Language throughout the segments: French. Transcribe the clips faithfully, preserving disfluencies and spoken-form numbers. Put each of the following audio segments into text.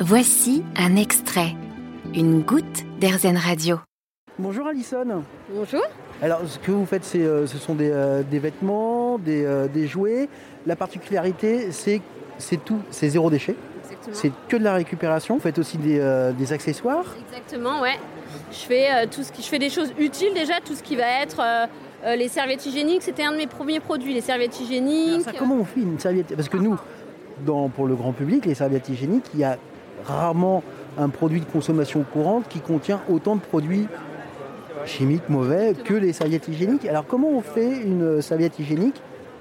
Voici un extrait, une goutte d'Airzen Radio. Bonjour Alison. Bonjour. Alors ce que vous faites, c'est, euh, ce sont des, euh, des vêtements, des, euh, des jouets. La particularité, c'est c'est tout, c'est zéro déchet. Exactement. C'est que de la récupération. Vous faites aussi des, euh, des accessoires. Exactement, ouais. Je fais, euh, tout ce qui, je fais des choses utiles déjà, tout ce qui va être euh, euh, les serviettes hygiéniques. C'était un de mes premiers produits, les serviettes hygiéniques. Alors ça, comment on fait une serviette ? Parce que nous, dans, pour le grand public, les serviettes hygiéniques, il y a rarement un produit de consommation courante qui contient autant de produits chimiques mauvais Exactement. que les serviettes hygiéniques. Alors comment on fait une serviette hygiénique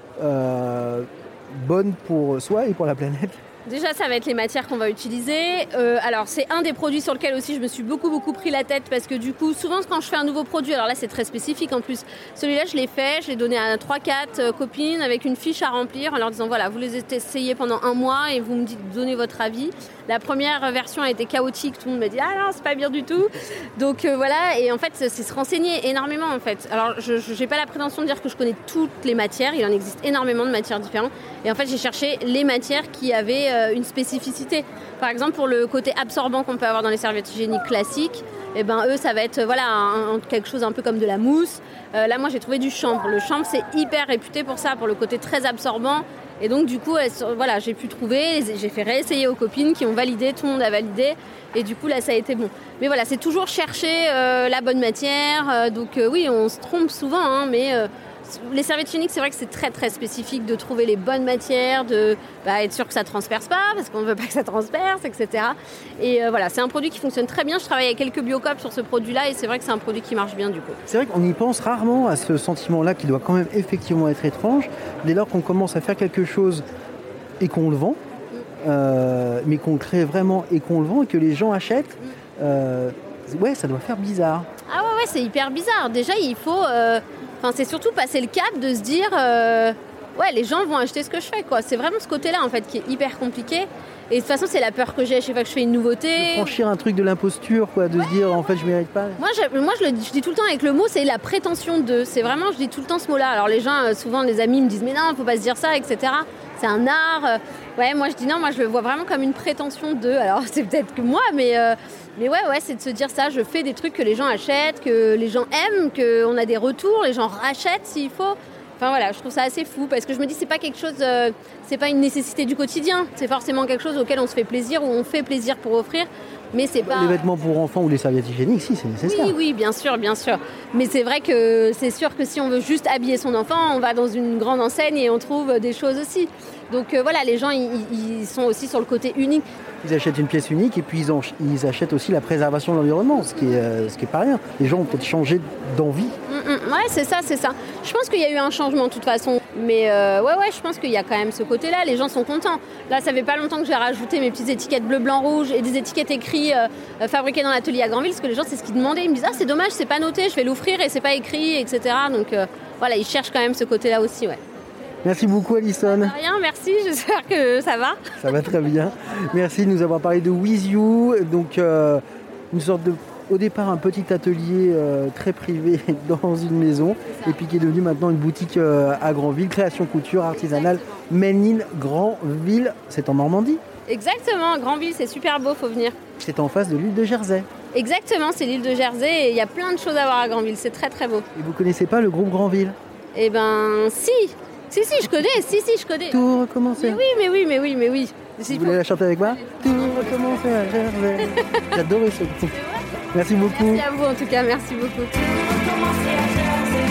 euh, bonne pour soi et pour la planète ? Déjà, ça va être les matières qu'on va utiliser. Euh, alors, c'est un des produits sur lequel aussi je me suis beaucoup, beaucoup pris la tête parce que du coup, souvent, quand je fais un nouveau produit, alors là, c'est très spécifique en plus. Celui-là, je l'ai fait, je l'ai donné à trois quatre copines avec une fiche à remplir en leur disant, voilà, vous les essayez pendant un mois et vous me dites, donnez votre avis. La première version a été chaotique, tout le monde m'a dit, ah non, c'est pas bien du tout. Donc euh, voilà, et en fait, c'est se renseigner énormément en fait. Alors, je n'ai pas la prétention de dire que je connais toutes les matières, il en existe énormément de matières différentes. Et en fait, j'ai cherché les matières qui avaient une spécificité. Par exemple, pour le côté absorbant qu'on peut avoir dans les serviettes hygiéniques classiques, eh ben, eux, ça va être voilà, un, quelque chose un peu comme de la mousse. Euh, là, moi, j'ai trouvé du chanvre. Le chanvre, c'est hyper réputé pour ça, pour le côté très absorbant. Et donc, du coup, voilà, j'ai pu trouver, j'ai fait réessayer aux copines qui ont validé, tout le monde a validé. Et du coup, là, ça a été bon. Mais voilà, c'est toujours chercher euh, la bonne matière. Euh, donc, euh, oui, on se trompe souvent, hein, mais... Euh, les serviettes hygiéniques, c'est vrai que c'est très très spécifique de trouver les bonnes matières, de bah, être sûr que ça ne transperce pas, parce qu'on ne veut pas que ça transperce, et cetera. Et euh, voilà, c'est un produit qui fonctionne très bien. Je travaille avec quelques Biocop sur ce produit-là et c'est vrai que c'est un produit qui marche bien du coup. C'est vrai qu'on y pense rarement à ce sentiment-là qui doit quand même effectivement être étrange. Dès lors qu'on commence à faire quelque chose et qu'on le vend, mm. euh, mais qu'on le crée vraiment et qu'on le vend et que les gens achètent, mm. euh, ouais, ça doit faire bizarre. Ah ouais, ouais, c'est hyper bizarre. Déjà, il faut... Euh... Enfin, c'est surtout passer le cap de se dire euh, ouais, les gens vont acheter ce que je fais, quoi. C'est vraiment ce côté-là en fait qui est hyper compliqué. Et de toute façon, c'est la peur que j'ai à chaque fois que je fais une nouveauté. De franchir un truc de l'imposture, quoi, de ouais. se dire en fait je mérite pas. Moi, je, moi je, le, je dis tout le temps avec le mot, c'est la prétention de. C'est vraiment, je dis tout le temps ce mot-là. Alors les gens, souvent les amis me disent mais non, faut pas se dire ça, et cetera. C'est un art. Ouais, moi je dis non, moi je le vois vraiment comme une prétention de. Alors c'est peut-être que moi, mais. Euh, Mais ouais, ouais, c'est de se dire ça, je fais des trucs que les gens achètent, que les gens aiment, qu'on a des retours, les gens rachètent s'il faut. Enfin voilà, je trouve ça assez fou parce que je me dis c'est pas quelque chose, euh, c'est pas une nécessité du quotidien, c'est forcément quelque chose auquel on se fait plaisir ou on fait plaisir pour offrir. Mais c'est pas... Les vêtements pour enfants ou les serviettes hygiéniques, si, c'est nécessaire. Oui, oui, bien sûr, bien sûr. Mais c'est vrai que c'est sûr que si on veut juste habiller son enfant, on va dans une grande enseigne et on trouve des choses aussi. Donc euh, voilà, les gens, ils, ils sont aussi sur le côté unique. Ils achètent une pièce unique et puis ils, en, ils achètent aussi la préservation de l'environnement, ce qui est, euh, ce qui est pas rien. Les gens ont peut-être changé d'envie. Mmh, mmh, ouais, c'est ça, c'est ça. Je pense qu'il y a eu un changement de toute façon. Mais euh, ouais, ouais, je pense qu'il y a quand même ce côté-là. Les gens sont contents. Là, ça fait pas longtemps que j'ai rajouté mes petites étiquettes bleu, blanc, rouge et des étiquettes écrites euh, fabriquées dans l'atelier à Granville, parce que les gens, c'est ce qu'ils demandaient. Ils me disent ah, c'est dommage, c'est pas noté, je vais l'offrir et c'est pas écrit, et cetera. Donc euh, voilà, ils cherchent quand même ce côté-là aussi, ouais. Merci beaucoup Alison. De rien, merci, j'espère que ça va. Ça va très bien. Merci de nous avoir parlé de With You. Donc euh, une sorte de, au départ un petit atelier euh, très privé dans une maison et puis qui est devenu maintenant une boutique euh, à Granville, création couture artisanale, Made in Granville. C'est en Normandie. Exactement, Granville, c'est super beau, faut venir. C'est en face de l'île de Jersey. Exactement, c'est l'île de Jersey et il y a plein de choses à voir à Granville, c'est très très beau. Et vous connaissez pas le groupe Granville ? Eh ben si. Si, si, je connais, si, si, je connais. Tout recommencer. Mais oui, mais oui, mais oui, mais oui. Si vous voulez la chanter avec moi ? Tout recommencer à Jersey. J'adore ce groupe. Merci beaucoup. Merci à vous en tout cas, merci beaucoup. Tout recommencer à Jersey.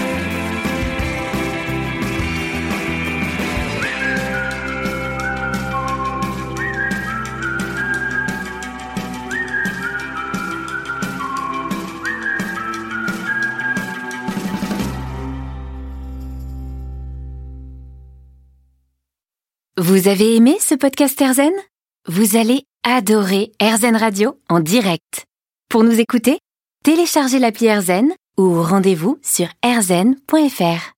Vous avez aimé ce podcast Airzen ? Vous allez adorer Airzen Radio en direct. Pour nous écouter, téléchargez l'appli Airzen ou rendez-vous sur airzen point f r.